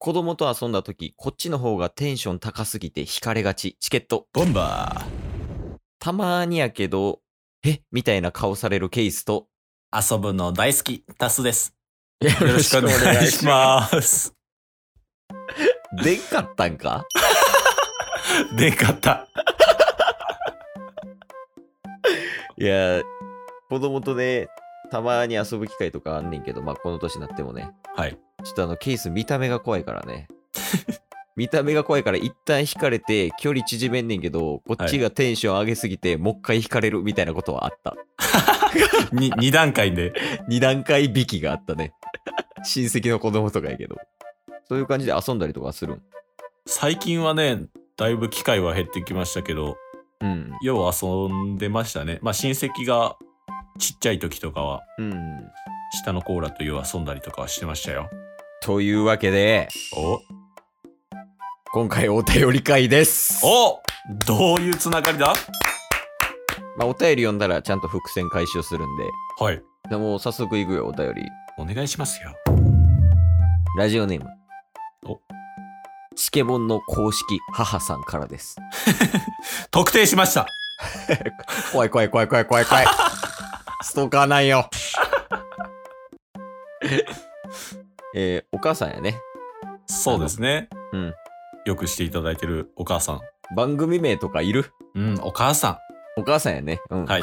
子供と遊んだ時、こっちの方がテンション高すぎて惹かれがち。チケット。 ボンバー。 たまーにやけど、みたいな顔されるケースと、 遊ぶの大好き、タスです。 よよろしくお願いします。 でんかったんかでかった。 いや、子供とね、たまーに遊ぶ機会とかあんねんけど、まあこの年になってもね。 はい。 ちょっとケース見た目が怖いからね。見た目が怖いから一旦引かれて距離縮めんねんけど、こっちがテンション上げすぎて、もう一回引かれるみたいなことはあった。 2段階で。 2段階引きがあったね。親戚の子供とかやけど。そういう感じで遊んだりとかするん？ 最近はね、だいぶ機会は減ってきましたけど、 うん。 よう遊んでましたね。まあ親戚がちっちゃい時とかは、 うん。 下のコーラとよう遊んだりとかはしてましたよ。 というわけで、 お今回お便り会です。 おどういうつながりだ？ まあお便り読んだらちゃんと伏線回収するんで。 はい。 でも早速いくよ、お便り。 お願いしますよ。 ラジオネーム。 おチケボンの公式母さんからです。 特定しました。 怖い。ストーカーなんよ。お母さんやね。 そうですね。 うん。 よくしていただいてるお母さん。 番組名とかいる？ うん、お母さお母さんやね。うん。 ん。はい。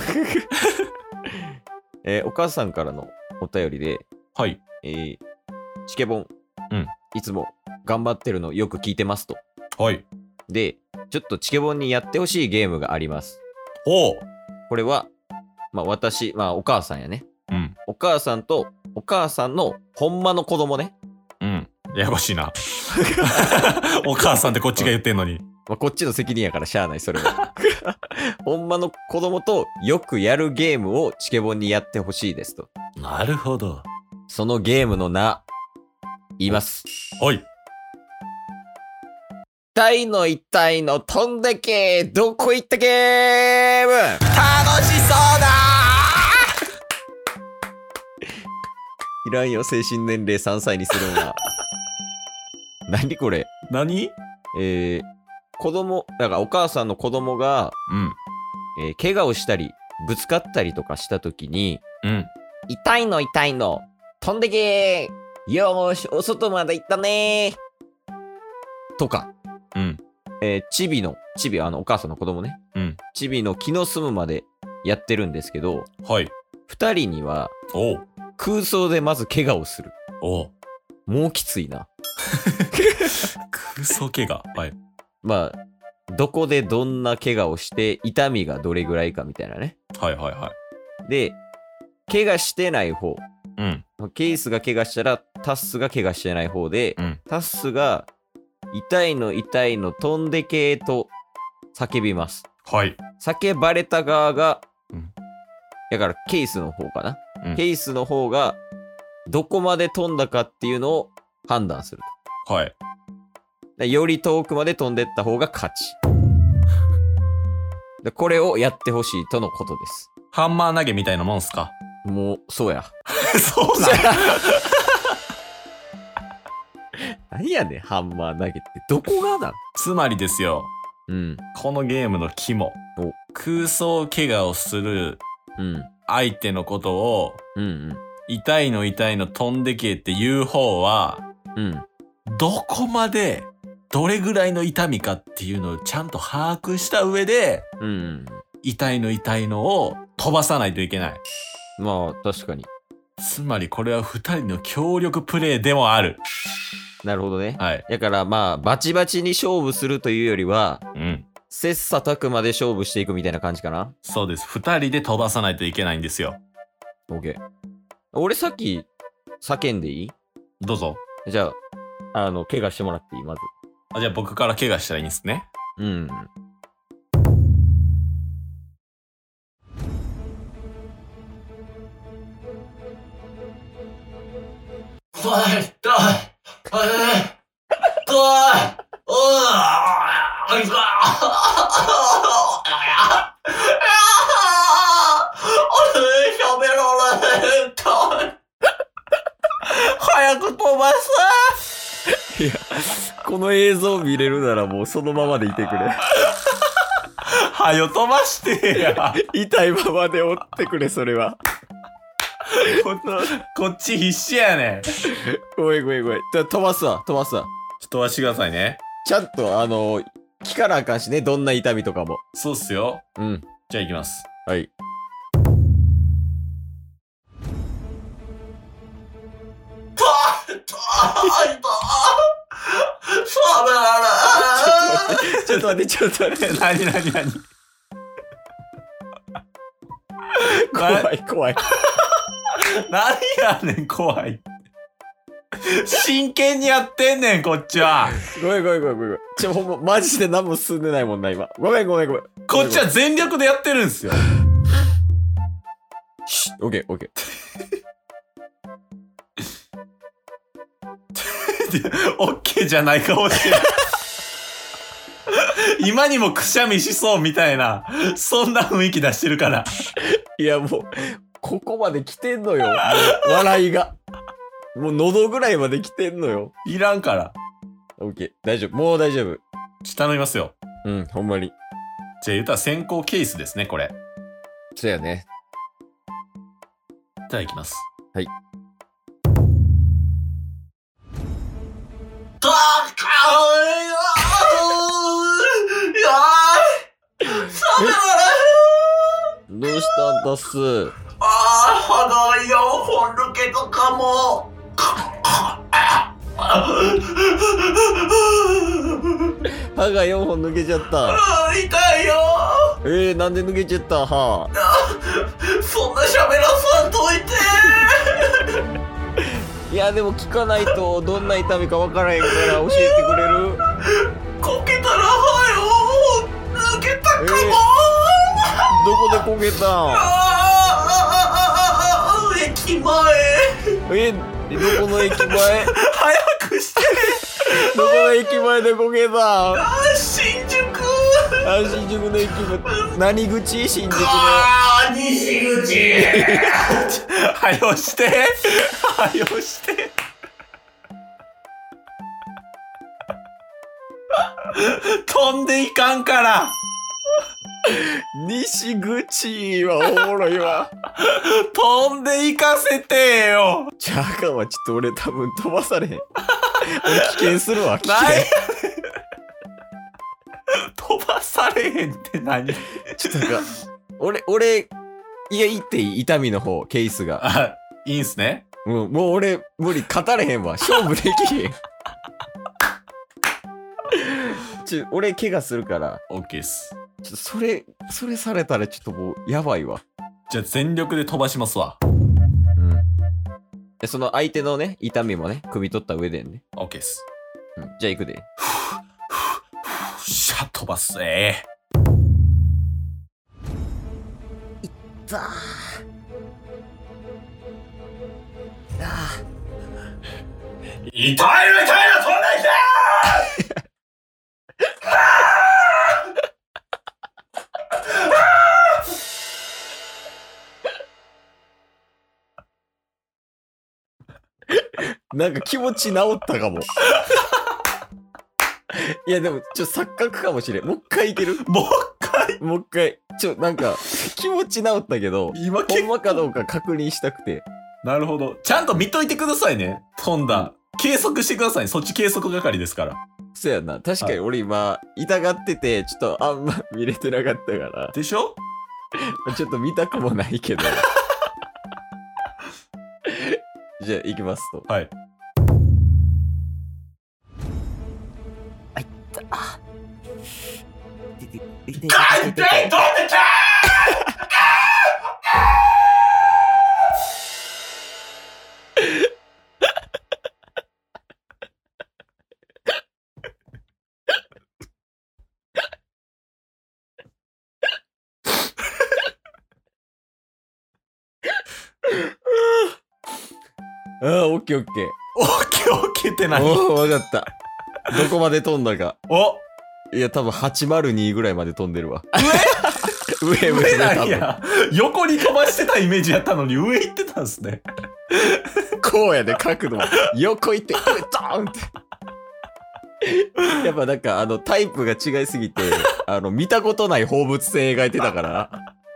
お母さんからのお便りで、 はい。 チケボン、いつも頑張ってるのよく聞いてますと。 はい。 で、ちょっとチケボンにやってほしいゲームがあります。 おう。 これは、まあ私、まあお母さんやね。 うん。 お母さんと、お母さんのほんまの子供ね。 うん。ややこしいな。お母さんってこっちが言ってんのに。 まあ、こっちの責任やからしゃあない、それは。ほんまの子供とよくやるゲームをチケボンにやってほしいですと。 なるほど。 そのゲームの名、言います。 おい。 痛いの飛んでけどこ行ったゲーム。 楽しそうだいらんよ、精神年齢3歳にするのは。何これ？ 何？ 子供、だからお母さんの子供が、怪我をしたり、ぶつかったりとかしたときに、痛いの、飛んでけー、よーし、お外まで行ったねー。とか、チビ、お母さんの子供ね。チビの気の済むまでやってるんですけど、 はい。 2人には、 おう。 空想でまず怪我をする。 おう。 もうきついな。 空想怪我。はい。 まあ、どこでどんな怪我をして、痛みがどれぐらいかみたいなね。 はいはいはい。 で、怪我してない方。ケースが怪我したら、タッスが怪我してない方で、タッスが、痛いの飛んでけーと叫びます。 はい。 叫ばれた側が、だからケースの方かな。ケースの方が、どこまで飛んだかっていうのを判断すると。はい。 より遠くまで飛んでった方が勝ち。でこれをやってほしいとのことです。 ハンマー投げみたいなもんすか？ もう、そうや。 そうなんや。 何やねん、ハンマー投げって。どこがなん？ つまりですよ。このゲームの肝。空想怪我をする相手のことを、痛いの飛んでけっていう方は、どこまでどれぐらいの痛みかっていうのをちゃんと把握した上で、痛いのを飛ばさないといけない。 まあ、確かに。 つまりこれは二人の協力プレイでもある。 なるほどね。 はい。 だからまあ、バチバチに勝負するというよりは、切磋琢磨で勝負していくみたいな感じかな。 そうです。二人で飛ばさないといけないんですよ。 OK。俺さっき叫んでいい？ どうぞ。 じゃあ、怪我してもらっていい？まず。 じゃあ僕から怪我したらいいんですね。早く飛ばす。 いや、この映像見れるならもうそのままでいてくれ。 はよ飛ばしてや。 痛いままで追ってくれ、それは。 こっち必死やねん。 ごめん。飛ばすわ。 ちょっと飛ばしてくださいね。 ちゃんと、聞かなあかんしね、どんな痛みとかも。 そうっすよ。 うん。 じゃあ行きます。 はい。ちょっと待って。 何怖い。 何やねん、怖い。真剣にやってんねん、こっちは。 ごめん。ほんま、マジで何も進んでないもんな、今。ごめん。こっちは全力でやってるんすよ。 オッケー。 オッケーじゃない顔してる。今にもくしゃみしそうみたいな、そんな雰囲気出してるから。 いや、もう、ここまで来てんのよ。笑いが。もう喉ぐらいまで来てんのよ。 いらんから。 オッケー。大丈夫。もう大丈夫。 頼みますよ。 うん、ほんまに。 じゃあ言うたら先行ケースですね、これ。 そうやね。 じゃあ行きます。 はい。どうしたんだっす？ 歯が4本抜けたかも。 歯が4本抜けちゃった。 痛いよ。 なんで抜けちゃった歯？ そんな喋らさんといて。 いや、でも聞かないとどんな痛みかわからへんから教えてくれる？ こけたら歯よ抜けたかも。 どこでこけたん？ 駅前。 どこの駅前？ 早くして。 どこの駅前でこけたん？ 新宿。 新宿の駅前。何口？新宿の。 西口。早よして。飛んでいかんから。 西口はおもろいわ。 飛んでいかせてよ。 じゃああかんわ。ちょっと俺多分飛ばされへん。俺危険するわ。危険。 飛ばされへんって何？ ちょっとなんか、俺、いや、言っていい？痛みの方、ケースが。 あ、いいんすね。 もう俺、無理、勝たれへんわ。勝負できへん。俺、怪我するから。 オッケーっす。 ちょっとそれされたらちょっともう、やばいわ。 じゃあ全力で飛ばしますわ。 その相手のね、痛みもね、首取った上でね。 オッケーっす。 じゃあ行くで。 しゃ、飛ばすぜ。 いったー。 痛いの飛んできたなんか気持ち治ったかも。いやでも錯覚かもしれん。もう一回いける？ もう一回なんか気持ち治ったけど、 今ほんまかどうか確認したくて。 なるほど。ちゃんと見といてくださいね。飛んだ。計測してくださいね。そっち計測係ですから。 そうやな。確かに俺今、痛がってて、ちょっとあんま見れてなかったから。 でしょ？ ちょっと見たくもないけど。じゃあ行きますと。 はい。 あ、いった。痛い飛んでたオッケー。 オッケーって何？ わかった。どこまで飛んだか。 お、 いや、多分802ぐらいまで飛んでるわ。 上なんや。横に飛ばしてたイメージやったのに上行ってたんすね。 こうやで、角度。横行って、ドーンって。 やっぱなんかタイプが違いすぎて、見たことない放物線描いてたから。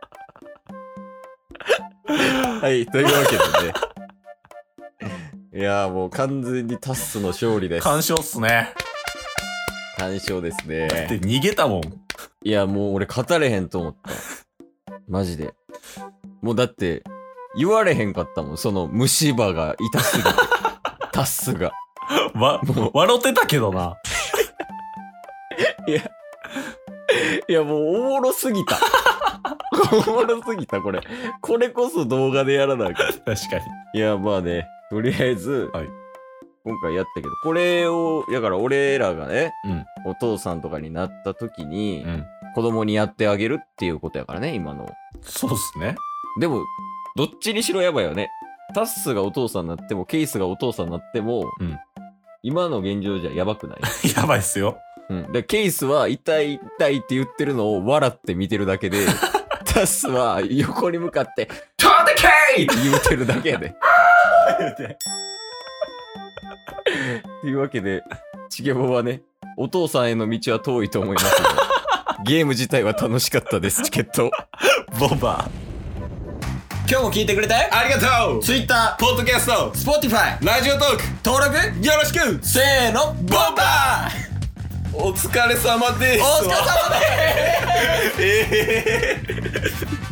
はい、というわけでね。いやーもう完全にタッスの勝利です。 完勝っすね。 完勝ですね。 だって逃げたもん。 いやもう俺勝たれへんと思った。マジで。もうだって、言われへんかったもん。その虫歯が痛すぎて。タッスが。 笑ってたけどな。 いやもうおもろすぎた。おもろすぎた、これ。これこそ動画でやらなきゃ。 確かに。 いや、まあね、とりあえず、 はい、 今回やったけど、これを、だから俺らがね、お父さんとかになった時に、子供にやってあげるっていうことやからね、今の。 そうっすね。 でも、どっちにしろやばいよね。タッスがお父さんになっても、ケイスがお父さんになっても、今の現状じゃやばくない？ やばいっすよ。 で、ケイスは痛い痛いって言ってるのを笑って見てるだけで、タッスは横に向かって、飛んでけーって言うてるだけやで。というわけで、チゲボはね、お父さんへの道は遠いと思いますが、ゲーム自体は楽しかったです、チケット。 ボンバー。 今日も聞いてくれてありがとう。 Twitter、ポッドキャスト、Spotify、ラジオトーク、登録よろしく。せーの、ボンバー。お疲れ様です。お疲れ様です。